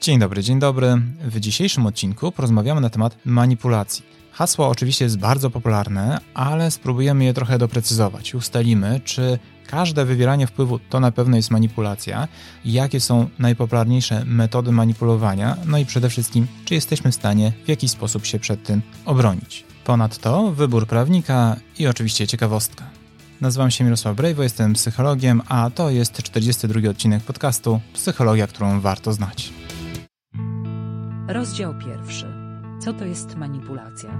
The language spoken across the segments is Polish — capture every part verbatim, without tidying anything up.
Dzień dobry, dzień dobry. W dzisiejszym odcinku porozmawiamy na temat manipulacji. Hasło oczywiście jest bardzo popularne, ale spróbujemy je trochę doprecyzować. Ustalimy, czy każde wywieranie wpływu to na pewno jest manipulacja, jakie są najpopularniejsze metody manipulowania, no i przede wszystkim, czy jesteśmy w stanie w jakiś sposób się przed tym obronić. Ponadto wybór prawnika i oczywiście ciekawostka. Nazywam się Mirosław Brejwo, jestem psychologiem, a to jest czterdziesty drugi odcinek podcastu Psychologia, którą warto znać. Rozdział pierwszy. Co to jest manipulacja?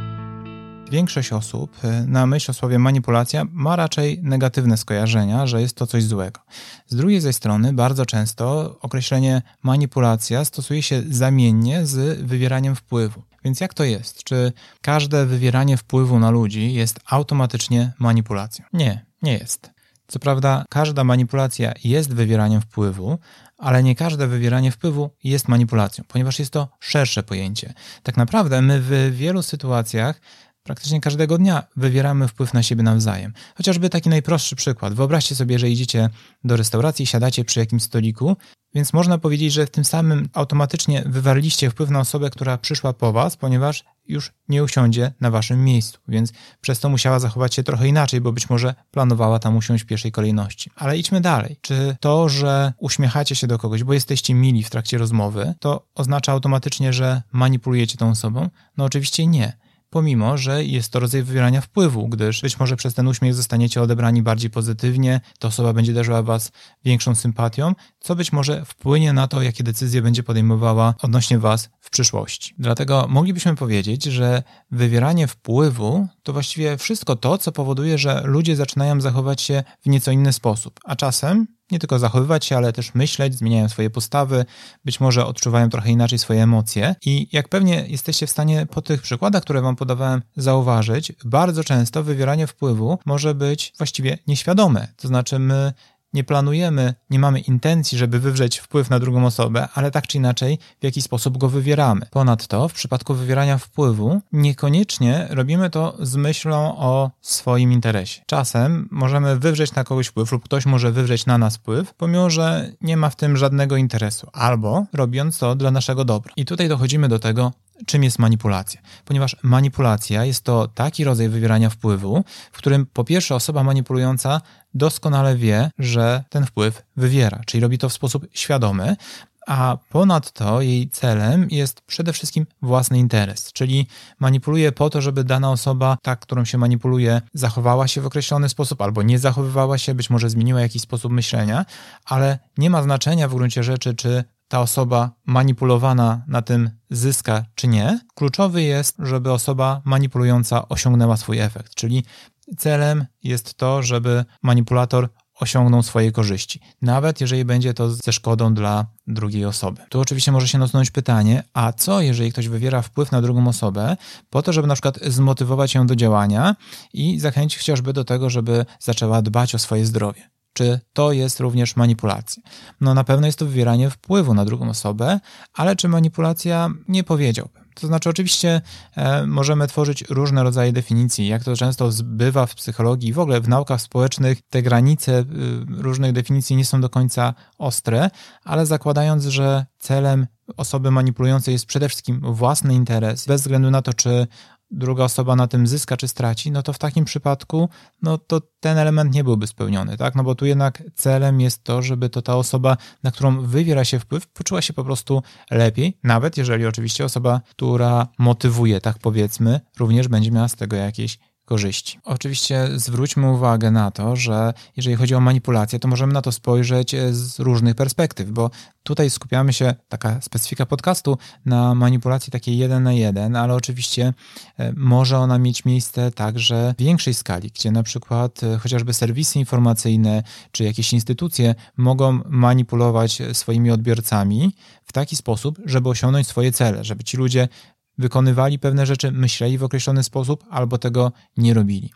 Większość osób na myśl o słowie manipulacja ma raczej negatywne skojarzenia, że jest to coś złego. Z drugiej zaś strony bardzo często określenie manipulacja stosuje się zamiennie z wywieraniem wpływu. Więc jak to jest? Czy każde wywieranie wpływu na ludzi jest automatycznie manipulacją? Nie, nie jest. Co prawda każda manipulacja jest wywieraniem wpływu, ale nie każde wywieranie wpływu jest manipulacją, ponieważ jest to szersze pojęcie. Tak naprawdę my w wielu sytuacjach praktycznie każdego dnia wywieramy wpływ na siebie nawzajem. Chociażby taki najprostszy przykład. Wyobraźcie sobie, że idziecie do restauracji, siadacie przy jakimś stoliku, więc można powiedzieć, że tym samym automatycznie wywarliście wpływ na osobę, która przyszła po was, ponieważ już nie usiądzie na waszym miejscu, więc przez to musiała zachować się trochę inaczej, bo być może planowała tam usiąść w pierwszej kolejności. Ale idźmy dalej. Czy to, że uśmiechacie się do kogoś, bo jesteście mili w trakcie rozmowy, to oznacza automatycznie, że manipulujecie tą osobą? No oczywiście nie. Pomimo, że jest to rodzaj wywierania wpływu, gdyż być może przez ten uśmiech zostaniecie odebrani bardziej pozytywnie, ta osoba będzie darzyła was większą sympatią, co być może wpłynie na to, jakie decyzje będzie podejmowała odnośnie was w przyszłości. Dlatego moglibyśmy powiedzieć, że wywieranie wpływu to właściwie wszystko to, co powoduje, że ludzie zaczynają zachować się w nieco inny sposób, a czasem nie tylko zachowywać się, ale też myśleć, zmieniają swoje postawy, być może odczuwają trochę inaczej swoje emocje i jak pewnie jesteście w stanie po tych przykładach, które wam podawałem, zauważyć, bardzo często wywieranie wpływu może być właściwie nieświadome, to znaczy my nie planujemy, nie mamy intencji, żeby wywrzeć wpływ na drugą osobę, ale tak czy inaczej w jakiś sposób go wywieramy. Ponadto w przypadku wywierania wpływu niekoniecznie robimy to z myślą o swoim interesie. Czasem możemy wywrzeć na kogoś wpływ lub ktoś może wywrzeć na nas wpływ, pomimo że nie ma w tym żadnego interesu, albo robiąc to dla naszego dobra. I tutaj dochodzimy do tego, czym jest manipulacja. Ponieważ manipulacja jest to taki rodzaj wywierania wpływu, w którym po pierwsze osoba manipulująca doskonale wie, że ten wpływ wywiera, czyli robi to w sposób świadomy, a ponadto jej celem jest przede wszystkim własny interes, czyli manipuluje po to, żeby dana osoba, ta, którą się manipuluje, zachowała się w określony sposób albo nie zachowywała się, być może zmieniła jakiś sposób myślenia, ale nie ma znaczenia w gruncie rzeczy, czy ta osoba manipulowana na tym zyska czy nie. Kluczowy jest, żeby osoba manipulująca osiągnęła swój efekt, czyli celem jest to, żeby manipulator osiągnął swoje korzyści, nawet jeżeli będzie to ze szkodą dla drugiej osoby. Tu oczywiście może się nasunąć pytanie, a co jeżeli ktoś wywiera wpływ na drugą osobę po to, żeby na przykład zmotywować ją do działania i zachęcić chociażby do tego, żeby zaczęła dbać o swoje zdrowie? Czy to jest również manipulacja? No na pewno jest to wywieranie wpływu na drugą osobę, ale czy manipulacja? Nie powiedziałbym. To znaczy oczywiście e, możemy tworzyć różne rodzaje definicji, jak to często bywa w psychologii i w ogóle w naukach społecznych te granice y, różnych definicji nie są do końca ostre, ale zakładając, że celem osoby manipulującej jest przede wszystkim własny interes, bez względu na to, czy druga osoba na tym zyska czy straci, no to w takim przypadku no to ten element nie byłby spełniony, tak? No bo tu jednak celem jest to, żeby to ta osoba, na którą wywiera się wpływ, poczuła się po prostu lepiej, nawet jeżeli oczywiście osoba, która motywuje, tak powiedzmy, również będzie miała z tego jakieś korzyści. Oczywiście zwróćmy uwagę na to, że jeżeli chodzi o manipulację, to możemy na to spojrzeć z różnych perspektyw, bo tutaj skupiamy się, taka specyfika podcastu, na manipulacji takiej jeden na jeden, ale oczywiście może ona mieć miejsce także w większej skali, gdzie na przykład chociażby serwisy informacyjne czy jakieś instytucje mogą manipulować swoimi odbiorcami w taki sposób, żeby osiągnąć swoje cele, żeby ci ludzie wykonywali pewne rzeczy, myśleli w określony sposób albo tego nie robili.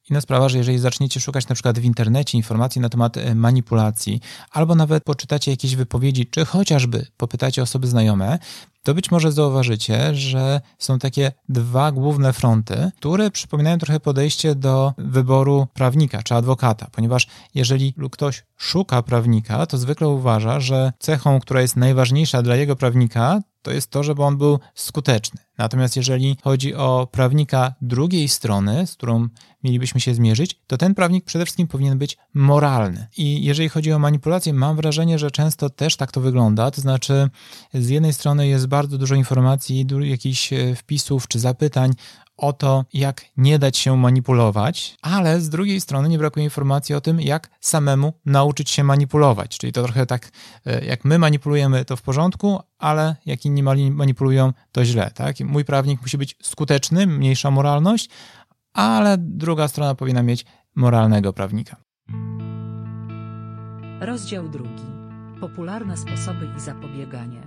Inna sprawa, że jeżeli zaczniecie szukać na przykład w internecie informacji na temat manipulacji, albo nawet poczytacie jakieś wypowiedzi, czy chociażby popytacie osoby znajome, to być może zauważycie, że są takie dwa główne fronty, które przypominają trochę podejście do wyboru prawnika czy adwokata, ponieważ jeżeli ktoś szuka prawnika, to zwykle uważa, że cechą, która jest najważniejsza dla jego prawnika, to jest to, żeby on był skuteczny. Natomiast jeżeli chodzi o prawnika drugiej strony, z którą mielibyśmy się zmierzyć, to ten prawnik przede wszystkim powinien być moralny. I jeżeli chodzi o manipulację, mam wrażenie, że często też tak to wygląda, to znaczy z jednej strony jest bardzo dużo informacji, jakichś wpisów czy zapytań o to, jak nie dać się manipulować, ale z drugiej strony nie brakuje informacji o tym, jak samemu nauczyć się manipulować. Czyli to trochę tak, jak my manipulujemy, to w porządku, ale jak inni manipulują, to źle. Tak? Mój prawnik musi być skuteczny, mniejsza moralność, ale druga strona powinna mieć moralnego prawnika. Rozdział drugi. Popularne sposoby i zapobieganie.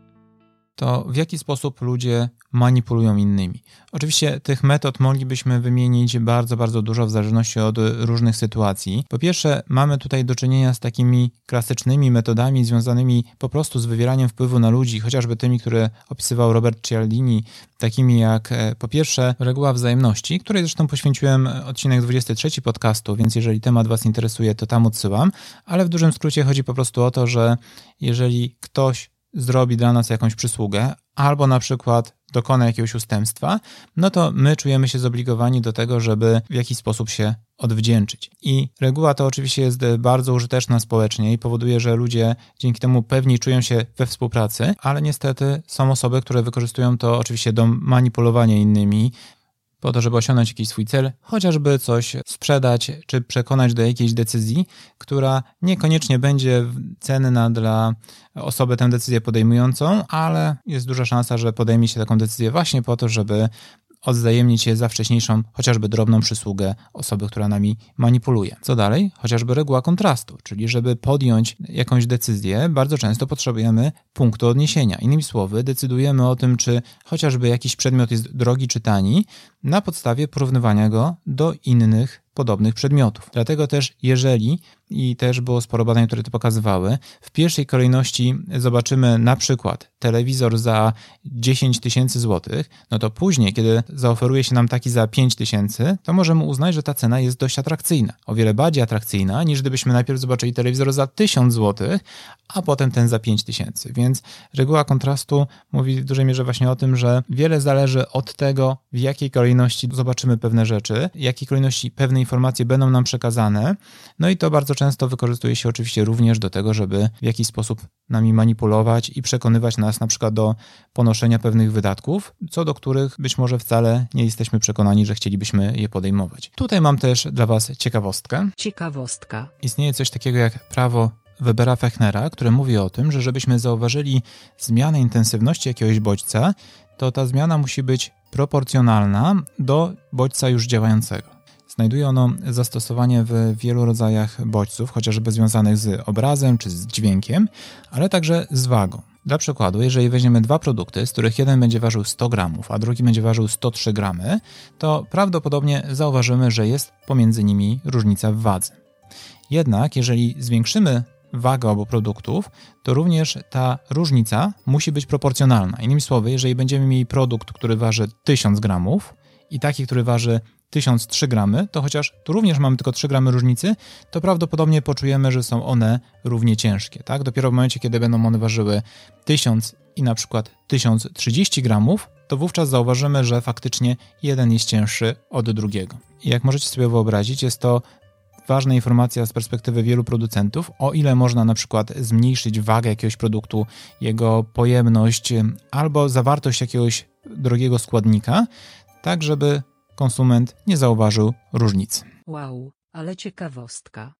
To w jaki sposób ludzie manipulują innymi. Oczywiście tych metod moglibyśmy wymienić bardzo, bardzo dużo w zależności od różnych sytuacji. Po pierwsze, mamy tutaj do czynienia z takimi klasycznymi metodami związanymi po prostu z wywieraniem wpływu na ludzi, chociażby tymi, które opisywał Robert Cialdini, takimi jak po pierwsze reguła wzajemności, której zresztą poświęciłem odcinek dwudziesty trzeci podcastu, więc jeżeli temat Was interesuje, to tam odsyłam, ale w dużym skrócie chodzi po prostu o to, że jeżeli ktoś zrobi dla nas jakąś przysługę, albo na przykład dokona jakiegoś ustępstwa, no to my czujemy się zobligowani do tego, żeby w jakiś sposób się odwdzięczyć. I reguła ta oczywiście jest bardzo użyteczna społecznie i powoduje, że ludzie dzięki temu pewniej czują się we współpracy, ale niestety są osoby, które wykorzystują to oczywiście do manipulowania innymi, po to, żeby osiągnąć jakiś swój cel, chociażby coś sprzedać, czy przekonać do jakiejś decyzji, która niekoniecznie będzie cenna dla osoby tę decyzję podejmującą, ale jest duża szansa, że podejmie się taką decyzję właśnie po to, żeby odwzajemnić się za wcześniejszą, chociażby drobną przysługę osoby, która nami manipuluje. Co dalej? Chociażby reguła kontrastu, czyli żeby podjąć jakąś decyzję, bardzo często potrzebujemy punktu odniesienia. Innymi słowy, decydujemy o tym, czy chociażby jakiś przedmiot jest drogi czy tani, na podstawie porównywania go do innych podobnych przedmiotów. Dlatego też jeżeli, i też było sporo badań, które to pokazywały, w pierwszej kolejności zobaczymy na przykład telewizor za dziesięć tysięcy złotych, no to później, kiedy zaoferuje się nam taki za pięć tysięcy, to możemy uznać, że ta cena jest dość atrakcyjna. O wiele bardziej atrakcyjna, niż gdybyśmy najpierw zobaczyli telewizor za tysiąc złotych, a potem ten za pięć tysięcy. Więc reguła kontrastu mówi w dużej mierze właśnie o tym, że wiele zależy od tego, w jakiej kolejności zobaczymy pewne rzeczy, w jakiej kolejności pewne informacje będą nam przekazane. No i to bardzo często wykorzystuje się oczywiście również do tego, żeby w jakiś sposób nami manipulować i przekonywać nas na przykład do ponoszenia pewnych wydatków, co do których być może wcale nie jesteśmy przekonani, że chcielibyśmy je podejmować. Tutaj mam też dla Was ciekawostkę. Ciekawostka. Istnieje coś takiego jak prawo Webera Fechnera, które mówi o tym, że żebyśmy zauważyli zmianę intensywności jakiegoś bodźca, to ta zmiana musi być proporcjonalna do bodźca już działającego. Znajduje ono zastosowanie w wielu rodzajach bodźców, chociażby związanych z obrazem czy z dźwiękiem, ale także z wagą. Dla przykładu, jeżeli weźmiemy dwa produkty, z których jeden będzie ważył sto gramów, a drugi będzie ważył sto trzy gramy, to prawdopodobnie zauważymy, że jest pomiędzy nimi różnica w wadze. Jednak jeżeli zwiększymy wagę obu produktów, to również ta różnica musi być proporcjonalna. Innymi słowy, jeżeli będziemy mieli produkt, który waży tysiąc gramów i taki, który waży tysiąc trzy gramy, to chociaż tu również mamy tylko trzy gramy różnicy, to prawdopodobnie poczujemy, że są one równie ciężkie. Tak? Dopiero w momencie, kiedy będą one ważyły tysiąc i na przykład tysiąc trzydzieści gramów, to wówczas zauważymy, że faktycznie jeden jest cięższy od drugiego. I jak możecie sobie wyobrazić, jest to ważna informacja z perspektywy wielu producentów, o ile można na przykład zmniejszyć wagę jakiegoś produktu, jego pojemność albo zawartość jakiegoś drogiego składnika, tak żeby konsument nie zauważył różnicy. Wow, ale ciekawostka.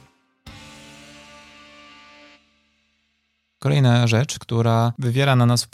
Kolejna rzecz, która wywiera na nas wpływ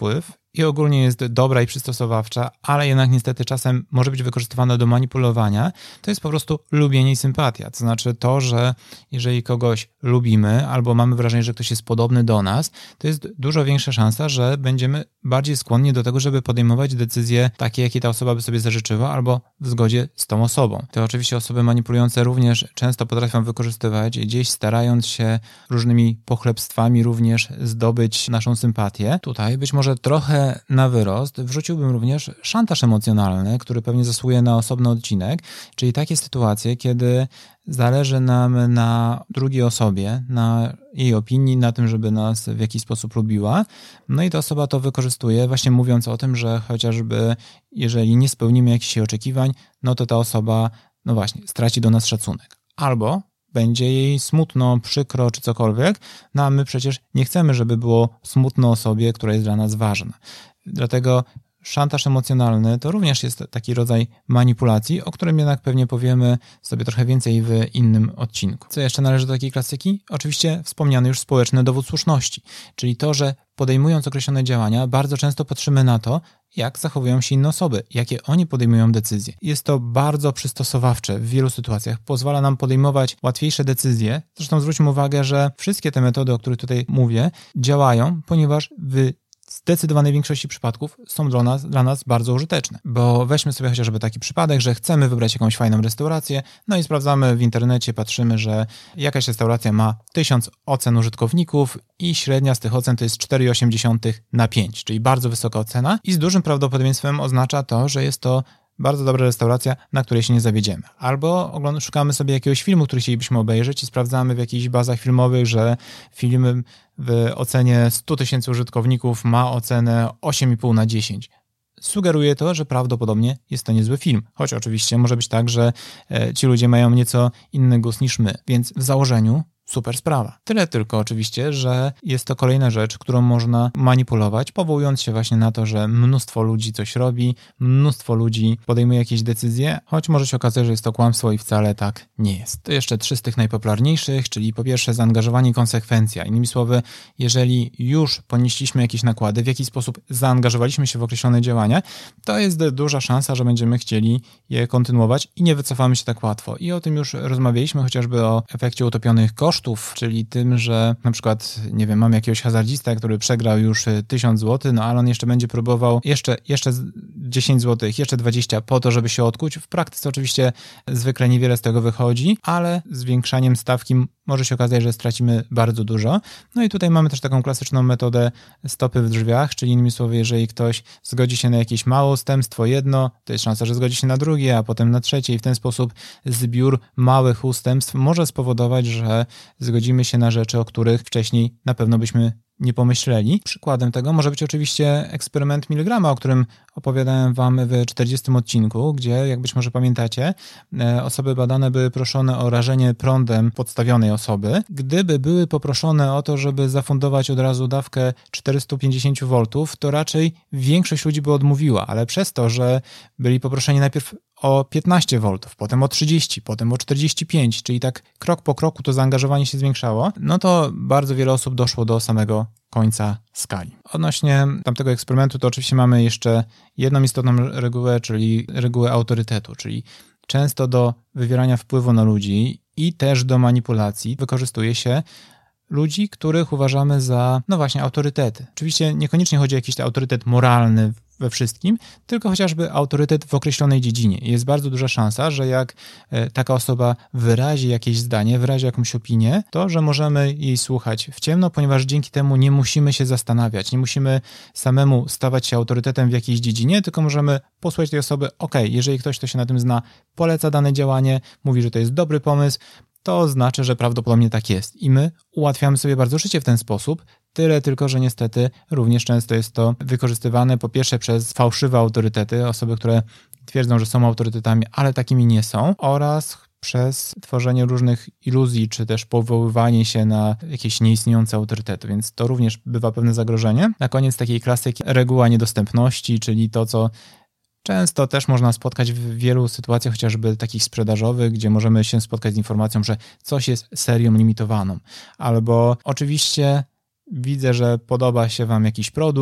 i ogólnie jest dobra i przystosowawcza, ale jednak niestety czasem może być wykorzystywana do manipulowania, to jest po prostu lubienie i sympatia. To znaczy to, że jeżeli kogoś lubimy albo mamy wrażenie, że ktoś jest podobny do nas, to jest dużo większa szansa, że będziemy bardziej skłonni do tego, żeby podejmować decyzje takie, jakie ta osoba by sobie zażyczyła albo w zgodzie z tą osobą. To oczywiście osoby manipulujące również często potrafią wykorzystywać, gdzieś starając się różnymi pochlebstwami również zdobyć naszą sympatię. Tutaj być może trochę na wyrost wrzuciłbym również szantaż emocjonalny, który pewnie zasługuje na osobny odcinek, czyli takie sytuacje, kiedy zależy nam na drugiej osobie, na jej opinii, na tym, żeby nas w jakiś sposób lubiła. No i ta osoba to wykorzystuje, właśnie mówiąc o tym, że chociażby jeżeli nie spełnimy jakichś oczekiwań, no to ta osoba, no właśnie, straci do nas szacunek. Albo będzie jej smutno, przykro czy cokolwiek, no a my przecież nie chcemy, żeby było smutno osobie, która jest dla nas ważna. Dlatego szantaż emocjonalny to również jest taki rodzaj manipulacji, o którym jednak pewnie powiemy sobie trochę więcej w innym odcinku. Co jeszcze należy do takiej klasyki? Oczywiście wspomniany już społeczny dowód słuszności, czyli to, że podejmując określone działania, bardzo często patrzymy na to, jak zachowują się inne osoby, jakie oni podejmują decyzje. Jest to bardzo przystosowawcze w wielu sytuacjach. Pozwala nam podejmować łatwiejsze decyzje. Zresztą zwróćmy uwagę, że wszystkie te metody, o których tutaj mówię, działają, ponieważ w w zdecydowanej większości przypadków są dla nas, dla nas bardzo użyteczne. Bo weźmy sobie chociażby taki przypadek, że chcemy wybrać jakąś fajną restaurację, no i sprawdzamy w internecie, patrzymy, że jakaś restauracja ma tysiąc ocen użytkowników i średnia z tych ocen to jest cztery przecinek osiem na pięć, czyli bardzo wysoka ocena i z dużym prawdopodobieństwem oznacza to, że jest to bardzo dobra restauracja, na której się nie zawiedziemy. Albo ogląd- szukamy sobie jakiegoś filmu, który chcielibyśmy obejrzeć i sprawdzamy w jakichś bazach filmowych, że film w ocenie sto tysięcy użytkowników ma ocenę osiem i pół na dziesięć. Sugeruje to, że prawdopodobnie jest to niezły film. Choć oczywiście może być tak, że e, ci ludzie mają nieco inny gust niż my. Więc w założeniu super sprawa. Tyle tylko oczywiście, że jest to kolejna rzecz, którą można manipulować, powołując się właśnie na to, że mnóstwo ludzi coś robi, mnóstwo ludzi podejmuje jakieś decyzje, choć może się okazać, że jest to kłamstwo i wcale tak nie jest. To jeszcze trzy z tych najpopularniejszych, czyli po pierwsze zaangażowanie i konsekwencja. Innymi słowy, jeżeli już ponieśliśmy jakieś nakłady, w jakiś sposób zaangażowaliśmy się w określone działania, to jest duża szansa, że będziemy chcieli je kontynuować i nie wycofamy się tak łatwo. I o tym już rozmawialiśmy, chociażby o efekcie utopionych kosztów, czyli tym, że na przykład, nie wiem, mam jakiegoś hazardzista, który przegrał już tysiąc złotych, no ale on jeszcze będzie próbował jeszcze, jeszcze dziesięć złotych, jeszcze dwadzieścia po to, żeby się odkuć. W praktyce oczywiście zwykle niewiele z tego wychodzi, ale zwiększaniem stawki może się okazać, że stracimy bardzo dużo. No i tutaj mamy też taką klasyczną metodę stopy w drzwiach, czyli innymi słowy, jeżeli ktoś zgodzi się na jakieś małe ustępstwo jedno, to jest szansa, że zgodzi się na drugie, a potem na trzecie i w ten sposób zbiór małych ustępstw może spowodować, że zgodzimy się na rzeczy, o których wcześniej na pewno byśmy nie pomyśleli. Przykładem tego może być oczywiście eksperyment Milgrama, o którym opowiadałem wam w czterdziestym odcinku, gdzie, jak być może pamiętacie, osoby badane były proszone o rażenie prądem podstawionej osoby. Gdyby były poproszone o to, żeby zafundować od razu dawkę czterysta pięćdziesiąt woltów, to raczej większość ludzi by odmówiła, ale przez to, że byli poproszeni najpierw o piętnaście woltów, potem o trzydzieści, potem o czterdzieści pięć, czyli tak krok po kroku to zaangażowanie się zwiększało, no to bardzo wiele osób doszło do samego końca skali. Odnośnie tamtego eksperymentu to oczywiście mamy jeszcze jedną istotną regułę, czyli regułę autorytetu, czyli często do wywierania wpływu na ludzi i też do manipulacji wykorzystuje się ludzi, których uważamy za, no właśnie, autorytety. Oczywiście niekoniecznie chodzi o jakiś autorytet moralny we wszystkim, tylko chociażby autorytet w określonej dziedzinie. Jest bardzo duża szansa, że jak taka osoba wyrazi jakieś zdanie, wyrazi jakąś opinię, to, że możemy jej słuchać w ciemno, ponieważ dzięki temu nie musimy się zastanawiać, nie musimy samemu stawać się autorytetem w jakiejś dziedzinie, tylko możemy posłuchać tej osoby, ok, jeżeli ktoś, kto się na tym zna, poleca dane działanie, mówi, że to jest dobry pomysł, to znaczy, że prawdopodobnie tak jest. I my ułatwiamy sobie bardzo życie w ten sposób, tyle tylko, że niestety również często jest to wykorzystywane po pierwsze przez fałszywe autorytety, osoby, które twierdzą, że są autorytetami, ale takimi nie są, oraz przez tworzenie różnych iluzji, czy też powoływanie się na jakieś nieistniejące autorytety, więc to również bywa pewne zagrożenie. Na koniec takiej klasyki reguła niedostępności, czyli to, co często też można spotkać w wielu sytuacjach, chociażby takich sprzedażowych, gdzie możemy się spotkać z informacją, że coś jest serią limitowaną. Albo oczywiście widzę, że podoba się wam jakiś produkt,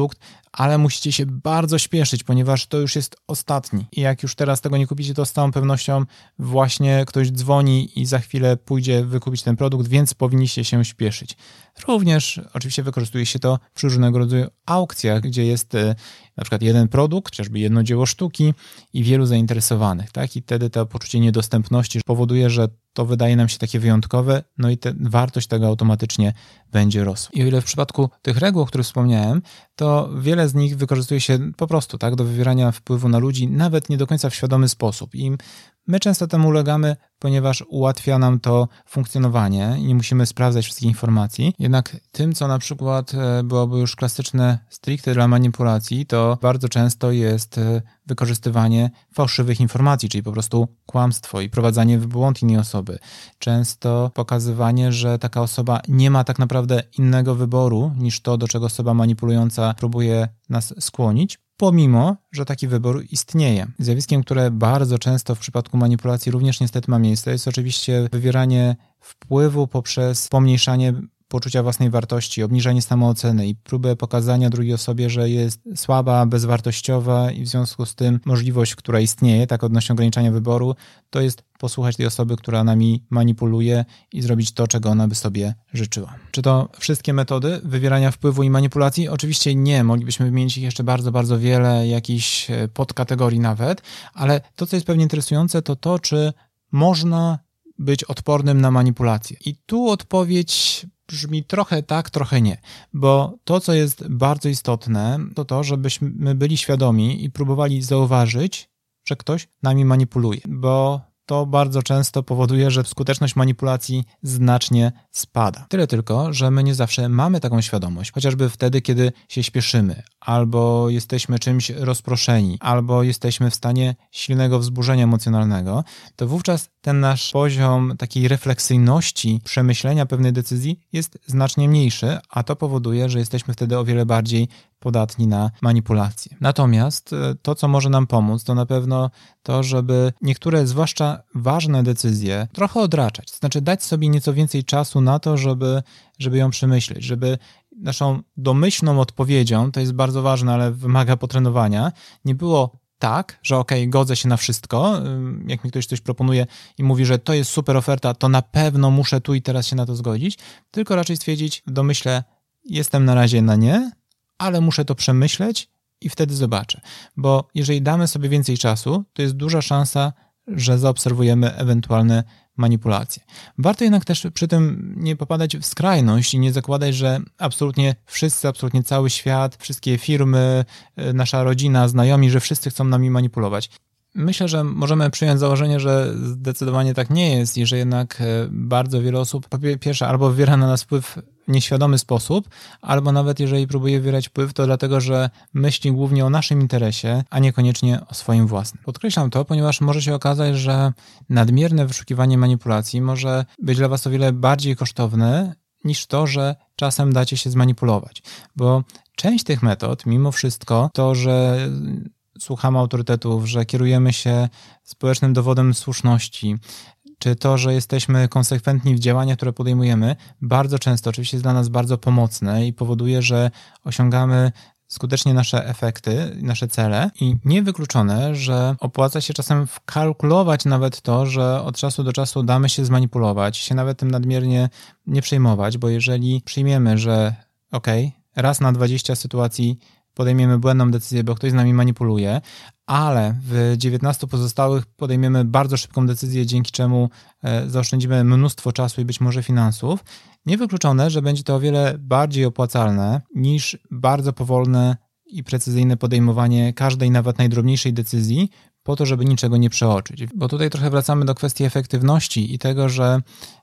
ale musicie się bardzo śpieszyć, ponieważ to już jest ostatni. I jak już teraz tego nie kupicie, to z całą pewnością właśnie ktoś dzwoni i za chwilę pójdzie wykupić ten produkt, więc powinniście się śpieszyć. Również oczywiście wykorzystuje się to przy różnego rodzaju aukcjach, gdzie jest na przykład jeden produkt, chociażby jedno dzieło sztuki i wielu zainteresowanych, tak? I wtedy to poczucie niedostępności powoduje, że to wydaje nam się takie wyjątkowe, no i te, wartość tego automatycznie będzie rosła. I o ile w przypadku tych reguł, o których wspomniałem, to wiele z nich wykorzystuje się po prostu tak do wywierania wpływu na ludzi, nawet nie do końca w świadomy sposób. I my często temu ulegamy, ponieważ ułatwia nam to funkcjonowanie i nie musimy sprawdzać wszystkich informacji. Jednak tym, co na przykład byłoby już klasyczne stricte dla manipulacji, to bardzo często jest wykorzystywanie fałszywych informacji, czyli po prostu kłamstwo i prowadzenie w błąd innej osoby. Często pokazywanie, że taka osoba nie ma tak naprawdę innego wyboru niż to, do czego osoba manipulująca próbuje nas skłonić, pomimo że taki wybór istnieje. Zjawiskiem, które bardzo często w przypadku manipulacji również niestety ma miejsce, jest oczywiście wywieranie wpływu poprzez pomniejszanie poczucia własnej wartości, obniżanie samooceny i próbę pokazania drugiej osobie, że jest słaba, bezwartościowa i w związku z tym możliwość, która istnieje, tak odnośnie ograniczania wyboru, to jest posłuchać tej osoby, która nami manipuluje i zrobić to, czego ona by sobie życzyła. Czy to wszystkie metody wywierania wpływu i manipulacji? Oczywiście nie. Moglibyśmy wymienić ich jeszcze bardzo, bardzo wiele, jakichś podkategorii nawet, ale to, co jest pewnie interesujące, to to, czy można być odpornym na manipulację. I tu odpowiedź brzmi trochę tak, trochę nie, bo to, co jest bardzo istotne, to to, żebyśmy byli świadomi i próbowali zauważyć, że ktoś nami manipuluje, bo to bardzo często powoduje, że skuteczność manipulacji znacznie spada. Tyle tylko, że my nie zawsze mamy taką świadomość, chociażby wtedy, kiedy się śpieszymy, albo jesteśmy czymś rozproszeni, albo jesteśmy w stanie silnego wzburzenia emocjonalnego, to wówczas ten nasz poziom takiej refleksyjności, przemyślenia pewnej decyzji jest znacznie mniejszy, a to powoduje, że jesteśmy wtedy o wiele bardziej podatni na manipulacje. Natomiast to, co może nam pomóc, to na pewno to, żeby niektóre, zwłaszcza ważne decyzje, trochę odraczać. To znaczy dać sobie nieco więcej czasu na to, żeby, żeby ją przemyśleć, żeby naszą domyślną odpowiedzią, to jest bardzo ważne, ale wymaga potrenowania, nie było tak, że okej, okay, godzę się na wszystko, jak mi ktoś coś proponuje i mówi, że to jest super oferta, to na pewno muszę tu i teraz się na to zgodzić, tylko raczej stwierdzić w domyśle, jestem na razie na nie, ale muszę to przemyśleć i wtedy zobaczę. Bo jeżeli damy sobie więcej czasu, to jest duża szansa, że zaobserwujemy ewentualne manipulacje. Warto jednak też przy tym nie popadać w skrajność i nie zakładać, że absolutnie wszyscy, absolutnie cały świat, wszystkie firmy, nasza rodzina, znajomi, że wszyscy chcą nami manipulować. Myślę, że możemy przyjąć założenie, że zdecydowanie tak nie jest i że jednak bardzo wiele osób po pierwsze albo wywiera na nas wpływ w nieświadomy sposób, albo nawet jeżeli próbuje wywierać wpływ, to dlatego, że myśli głównie o naszym interesie, a niekoniecznie o swoim własnym. Podkreślam to, ponieważ może się okazać, że nadmierne wyszukiwanie manipulacji może być dla was o wiele bardziej kosztowne niż to, że czasem dacie się zmanipulować. Bo część tych metod, mimo wszystko, to, że słuchamy autorytetów, że kierujemy się społecznym dowodem słuszności, czy to, że jesteśmy konsekwentni w działaniach, które podejmujemy, bardzo często oczywiście jest dla nas bardzo pomocne i powoduje, że osiągamy skutecznie nasze efekty, nasze cele i niewykluczone, że opłaca się czasem wkalkulować nawet to, że od czasu do czasu damy się zmanipulować, się nawet tym nadmiernie nie przejmować, bo jeżeli przyjmiemy, że okej, okay, raz na dwadzieścia sytuacji podejmiemy błędną decyzję, bo ktoś z nami manipuluje, ale w dziewiętnastu pozostałych podejmiemy bardzo szybką decyzję, dzięki czemu zaoszczędzimy mnóstwo czasu i być może finansów, niewykluczone, że będzie to o wiele bardziej opłacalne niż bardzo powolne i precyzyjne podejmowanie każdej, nawet najdrobniejszej decyzji po to, żeby niczego nie przeoczyć. Bo tutaj trochę wracamy do kwestii efektywności i tego, że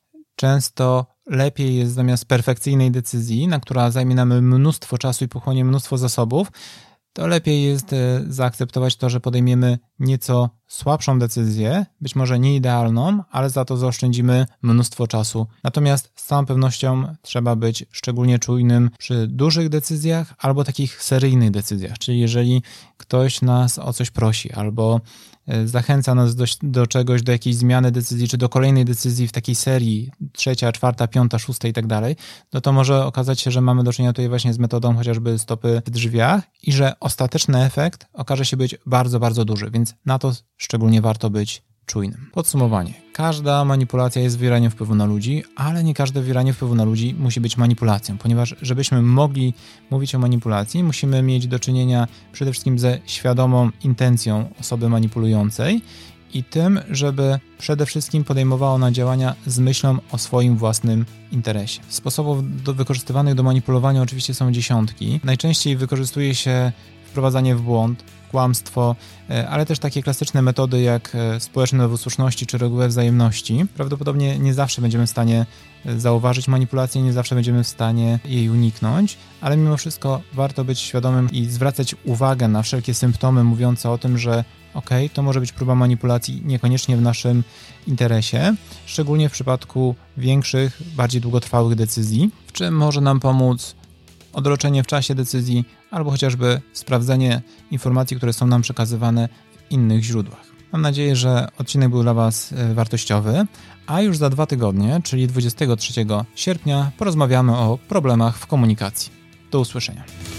często lepiej jest zamiast perfekcyjnej decyzji, na która zajmie nam mnóstwo czasu i pochłonie mnóstwo zasobów, to lepiej jest zaakceptować to, że podejmiemy nieco słabszą decyzję, być może nie idealną, ale za to zaoszczędzimy mnóstwo czasu. Natomiast z całą pewnością trzeba być szczególnie czujnym przy dużych decyzjach albo takich seryjnych decyzjach, czyli jeżeli ktoś nas o coś prosi albo zachęca nas do, do czegoś, do jakiejś zmiany decyzji, czy do kolejnej decyzji w takiej serii, trzecia, czwarta, piąta, szósta i tak dalej, no to może okazać się, że mamy do czynienia tutaj właśnie z metodą chociażby stopy w drzwiach i że ostateczny efekt okaże się być bardzo, bardzo duży, więc na to szczególnie warto być czujnym. Podsumowanie. Każda manipulacja jest wywieraniem wpływu na ludzi, ale nie każde wywieranie wpływu na ludzi musi być manipulacją, ponieważ żebyśmy mogli mówić o manipulacji, musimy mieć do czynienia przede wszystkim ze świadomą intencją osoby manipulującej i tym, żeby przede wszystkim podejmowała ona działania z myślą o swoim własnym interesie. Sposobów do, wykorzystywanych do manipulowania oczywiście są dziesiątki. Najczęściej wykorzystuje się wprowadzanie w błąd, kłamstwo, ale też takie klasyczne metody jak społeczne dowód słuszności czy regułę wzajemności. Prawdopodobnie nie zawsze będziemy w stanie zauważyć manipulację, nie zawsze będziemy w stanie jej uniknąć, ale mimo wszystko warto być świadomym i zwracać uwagę na wszelkie symptomy mówiące o tym, że okej, okay, to może być próba manipulacji niekoniecznie w naszym interesie, szczególnie w przypadku większych, bardziej długotrwałych decyzji, w czym może nam pomóc odroczenie w czasie decyzji albo chociażby sprawdzenie informacji, które są nam przekazywane w innych źródłach. Mam nadzieję, że odcinek był dla Was wartościowy, a już za dwa tygodnie, czyli dwudziestego trzeciego sierpnia, porozmawiamy o problemach w komunikacji. Do usłyszenia.